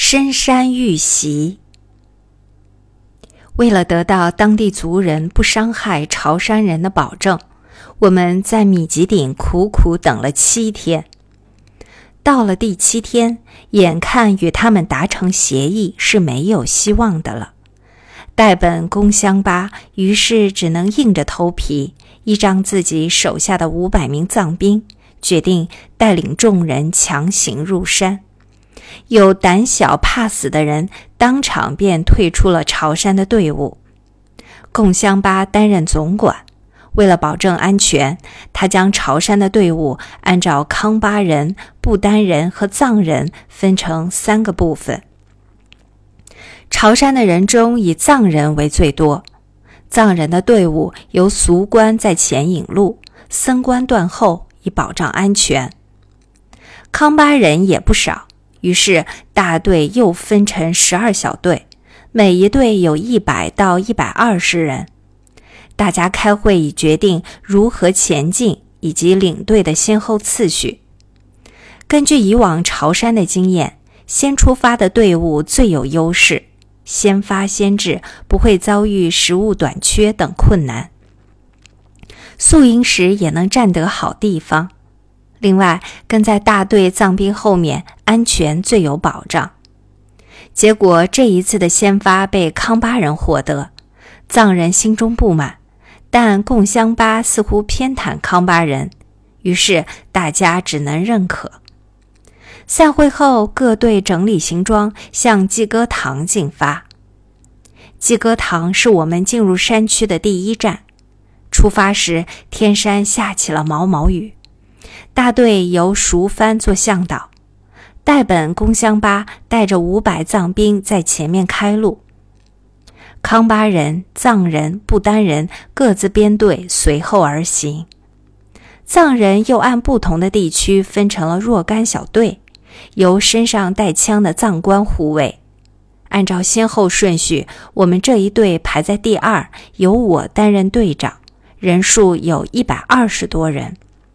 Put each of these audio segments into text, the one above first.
深山遇袭。为了得到当地族人不伤害潮山人的保证，我们在米吉顶苦苦等了7天。到了第7天，眼看与他们达成协议是没有希望的了。代本宫乡巴于是只能硬着头皮，依仗自己手下的500名藏兵，决定带领众人强行入山。有胆小怕死的人当场便退出了潮山的队伍。贡乡巴担任总管，为了保证安全，他将潮山的队伍按照康巴人、不丹人和藏人分成3个部分。潮山的人中以藏人为最多，藏人的队伍由俗官在前引路，僧官断后，以保障安全。康巴人也不少，于是大队又分成12小队，每一队有100到120人。大家开会以决定如何前进以及领队的先后次序。根据以往潮山的经验，先出发的队伍最有优势，先发先至，不会遭遇食物短缺等困难，宿营时也能占得好地方。另外，跟在大队藏兵后面，安全最有保障。结果这一次的先发被康巴人获得，藏人心中不满，但贡乡巴似乎偏袒康巴人，于是大家只能认可。散会后，各队整理行装，向济哥塘进发。济哥塘是我们进入山区的第1站。出发时，天山下起了毛毛雨。大队由熟番做向导，代本宫乡巴带着500藏兵在前面开路。康巴人、藏人、不丹人各自编队随后而行。藏人又按不同的地区分成了若干小队，由身上带枪的藏官护卫。按照先后顺序，我们这一队排在第2，由我担任队长，人数有120多人。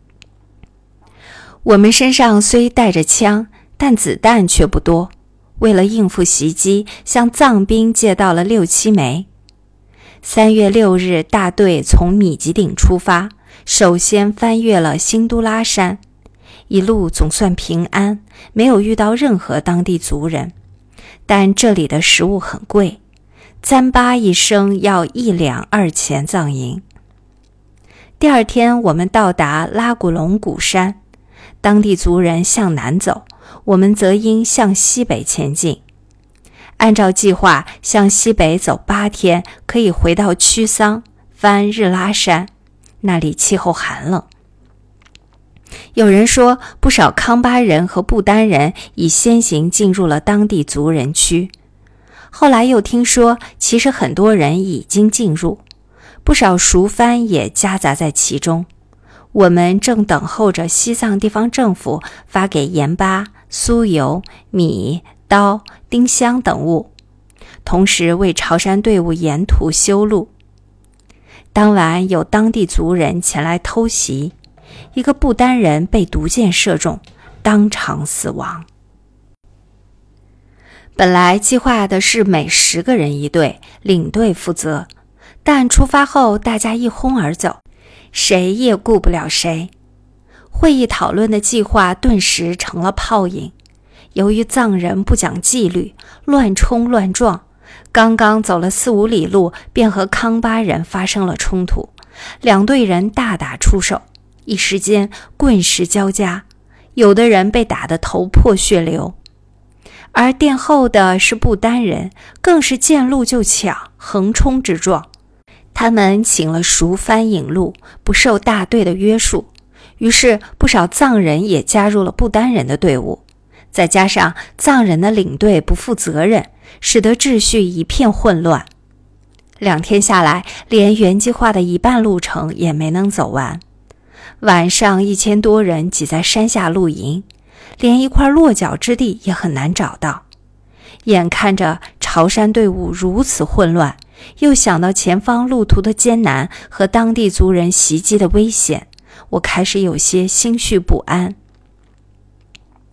我们身上虽带着枪，但子弹却不多，为了应付袭击，向藏兵借到了6、7枚。3月6日，大队从米吉顶出发，首先翻越了辛都拉山，一路总算平安，没有遇到任何当地族人。但这里的食物很贵，糌粑一升要1两2钱藏银。第2天，我们到达拉古隆古山，当地族人向南走，我们则应向西北前进。按照计划，向西北走8天，可以回到曲桑，翻日拉山，那里气候寒冷。有人说，不少康巴人和不丹人已先行进入了当地族人区。后来又听说，其实很多人已经进入，不少熟番也夹杂在其中。我们正等候着西藏地方政府发给盐巴、酥油、米、刀、丁香等物，同时为潮山队伍沿途修路。当晚有当地族人前来偷袭，一个不丹人被毒箭射中，当场死亡。本来计划的是每10个人一队，领队负责，但出发后大家一哄而走，谁也顾不了谁。会议讨论的计划顿时成了泡影。由于藏人不讲纪律，乱冲乱撞，刚刚走了4、5里路，便和康巴人发生了冲突，2队人大打出手，一时间棍石交加，有的人被打得头破血流。而殿后的是不丹人，更是见路就抢，横冲直撞。他们请了熟番引路，不受大队的约束，于是不少藏人也加入了不丹人的队伍。再加上藏人的领队不负责任，使得秩序一片混乱。2天下来，连原计划的一半路程也没能走完。晚上1000多人挤在山下露营，连一块落脚之地也很难找到。眼看着潮山队伍如此混乱，又想到前方路途的艰难和当地族人袭击的危险，我开始有些心绪不安。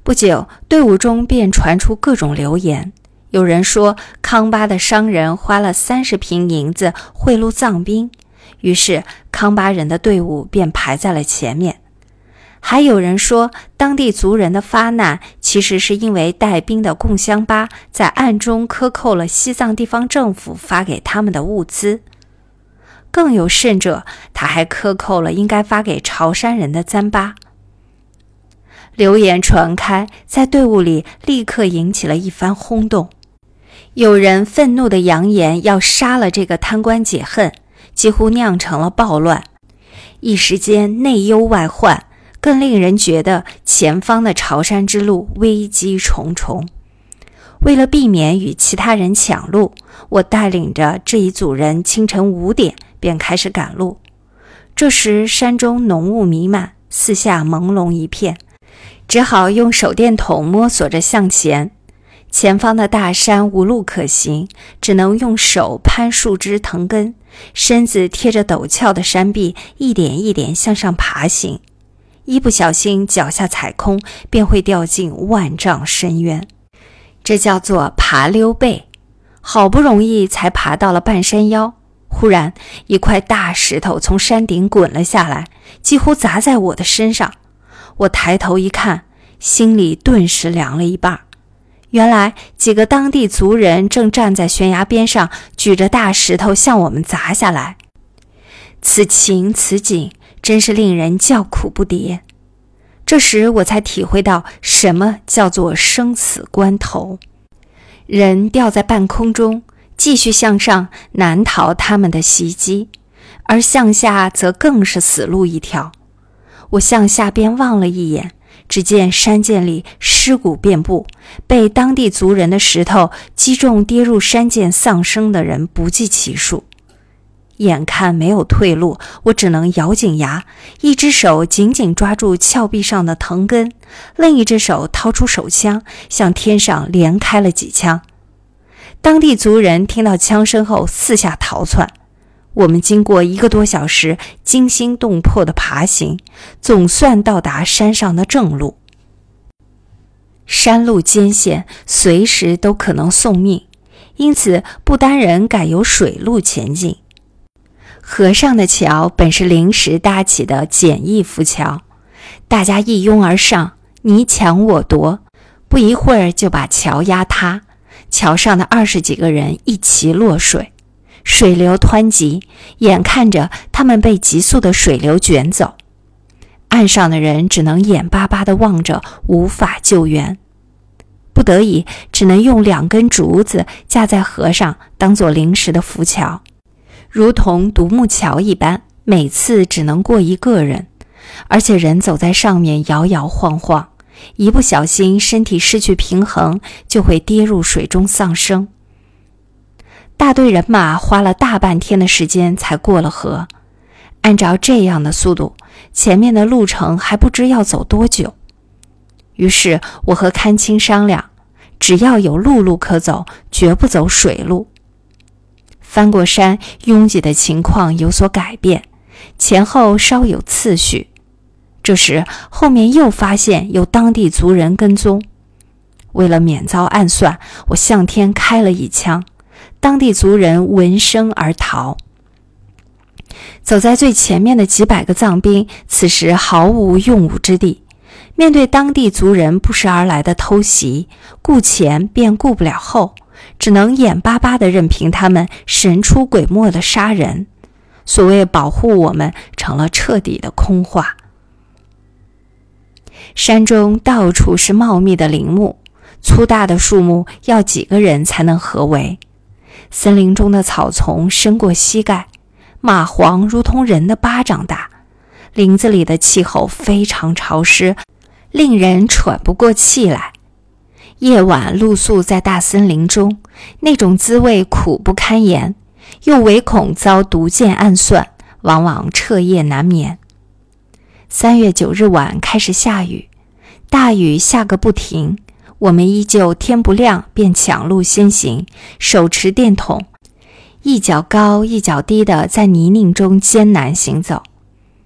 不久，队伍中便传出各种流言。有人说康巴的商人花了30瓶银子贿赂藏兵，于是康巴人的队伍便排在了前面。还有人说当地族人的发难其实是因为带兵的贡乡巴在暗中克扣了西藏地方政府发给他们的物资。更有甚者，他还克扣了应该发给潮汕人的糌粑。流言传开，在队伍里立刻引起了一番轰动。有人愤怒地扬言要杀了这个贪官解恨，几乎酿成了暴乱。一时间内忧外患，更令人觉得前方的潮汕之路危机重重。为了避免与其他人抢路，我带领着这一组人清晨5点便开始赶路。这时山中浓雾弥漫，四下朦胧一片，只好用手电筒摸索着向前。前方的大山无路可行，只能用手攀树枝藤根，身子贴着陡峭的山壁，一点一点向上爬行。一不小心脚下踩空，便会掉进万丈深渊。这叫做爬溜背。好不容易才爬到了半山腰，忽然一块大石头从山顶滚了下来，几乎砸在我的身上。我抬头一看，心里顿时凉了一半。原来几个当地族人正站在悬崖边上，举着大石头向我们砸下来。此情此景真是令人叫苦不迭。这时我才体会到什么叫做生死关头。人吊在半空中，继续向上难逃他们的袭击，而向下则更是死路一条。我向下边望了一眼，只见山涧里尸骨遍布，被当地族人的石头击中跌入山涧丧生的人不计其数。眼看没有退路，我只能咬紧牙，一只手紧紧抓住峭壁上的藤根，另一只手掏出手枪，向天上连开了几枪。当地族人听到枪声后四下逃窜。我们经过1个多小时惊心动魄的爬行，总算到达山上的正路。山路艰险，随时都可能送命，因此不丹人改由水路前进。河上的桥本是临时搭起的简易浮桥，大家一拥而上，你抢我夺，不一会儿就把桥压塌，桥上的20几个人一齐落水。水流湍急，眼看着他们被急速的水流卷走，岸上的人只能眼巴巴地望着，无法救援。不得已，只能用2根竹子架在河上，当作临时的浮桥，如同独木桥一般，每次只能过1个人，而且人走在上面摇摇晃晃，一不小心身体失去平衡，就会跌入水中丧生。大队人马花了大半天的时间才过了河，按照这样的速度，前面的路程还不知要走多久。于是我和堪青商量，只要有陆路可走，绝不走水路。翻过山，拥挤的情况有所改变，前后稍有次序。这时后面又发现有当地族人跟踪，为了免遭暗算，我向天开了一枪，当地族人闻声而逃。走在最前面的几百个藏兵此时毫无用武之地，面对当地族人不时而来的偷袭，顾前便顾不了后，只能眼巴巴地任凭他们神出鬼没地杀人。所谓保护我们成了彻底的空话。山中到处是茂密的林木，粗大的树木要几个人才能合围。森林中的草丛深过膝盖，蚂蟥如同人的巴掌大。林子里的气候非常潮湿，令人喘不过气来。夜晚露宿在大森林中，那种滋味苦不堪言，又唯恐遭毒箭暗算，往往彻夜难眠。3月9日晚开始下雨，大雨下个不停，我们依旧天不亮便抢路先行，手持电筒，一脚高一脚低地在泥泞中艰难行走。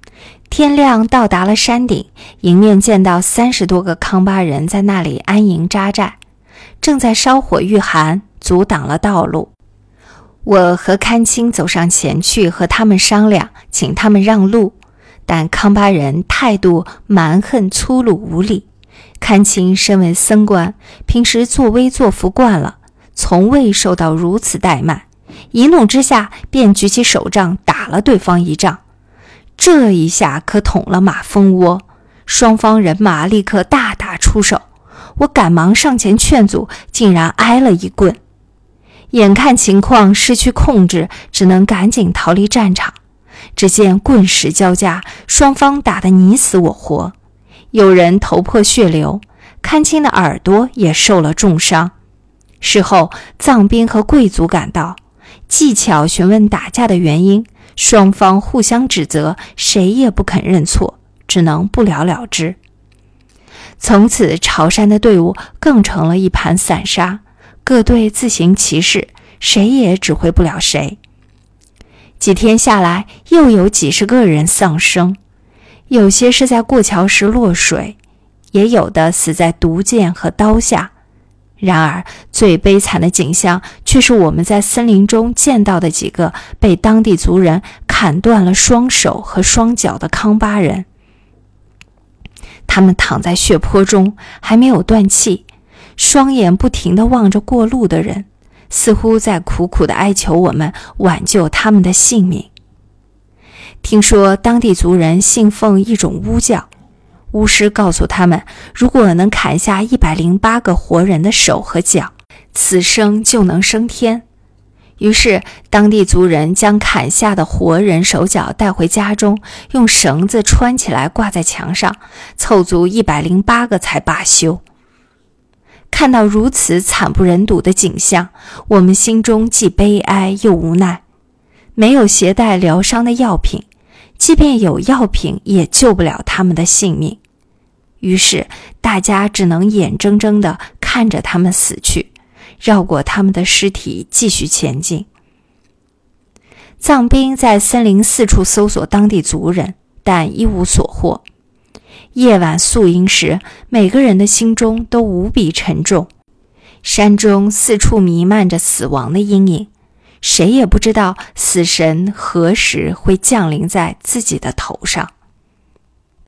天亮到达了山顶，迎面见到30多个康巴人在那里安营扎寨，正在烧火御寒，阻挡了道路。我和看清走上前去和他们商量，请他们让路，但康巴人态度蛮横粗鲁无礼。看清身为僧官，平时作威作福惯了，从未受到如此怠慢，一怒之下便举起手杖打了对方一杖。这一下可捅了马蜂窝，双方人马立刻大打出手，我赶忙上前劝阻，竟然挨了一棍。眼看情况失去控制，只能赶紧逃离战场。只见棍石交加，双方打得你死我活，有人头破血流，看清的耳朵也受了重伤。事后藏兵和贵族赶到，技巧询问打架的原因，双方互相指责，谁也不肯认错，只能不了了之。从此朝山的队伍更成了一盘散沙，各队自行其事，谁也指挥不了谁。几天下来，又有几十个人丧生，有些是在过桥时落水，也有的死在毒箭和刀下。然而最悲惨的景象却是我们在森林中见到的几个被当地族人砍断了双手和双脚的康巴人。他们躺在血泊中，还没有断气，双眼不停地望着过路的人，似乎在苦苦地哀求我们挽救他们的性命。听说当地族人信奉一种巫教，巫师告诉他们，如果能砍下108个活人的手和脚，此生就能升天。于是当地族人将砍下的活人手脚带回家中，用绳子穿起来挂在墙上，凑足108个才罢休。看到如此惨不忍睹的景象，我们心中既悲哀又无奈。没有携带疗伤的药品，即便有药品也救不了他们的性命。于是大家只能眼睁睁地看着他们死去，绕过他们的尸体继续前进。藏兵在森林四处搜索当地族人，但一无所获。夜晚宿营时，每个人的心中都无比沉重。山中四处弥漫着死亡的阴影，谁也不知道死神何时会降临在自己的头上。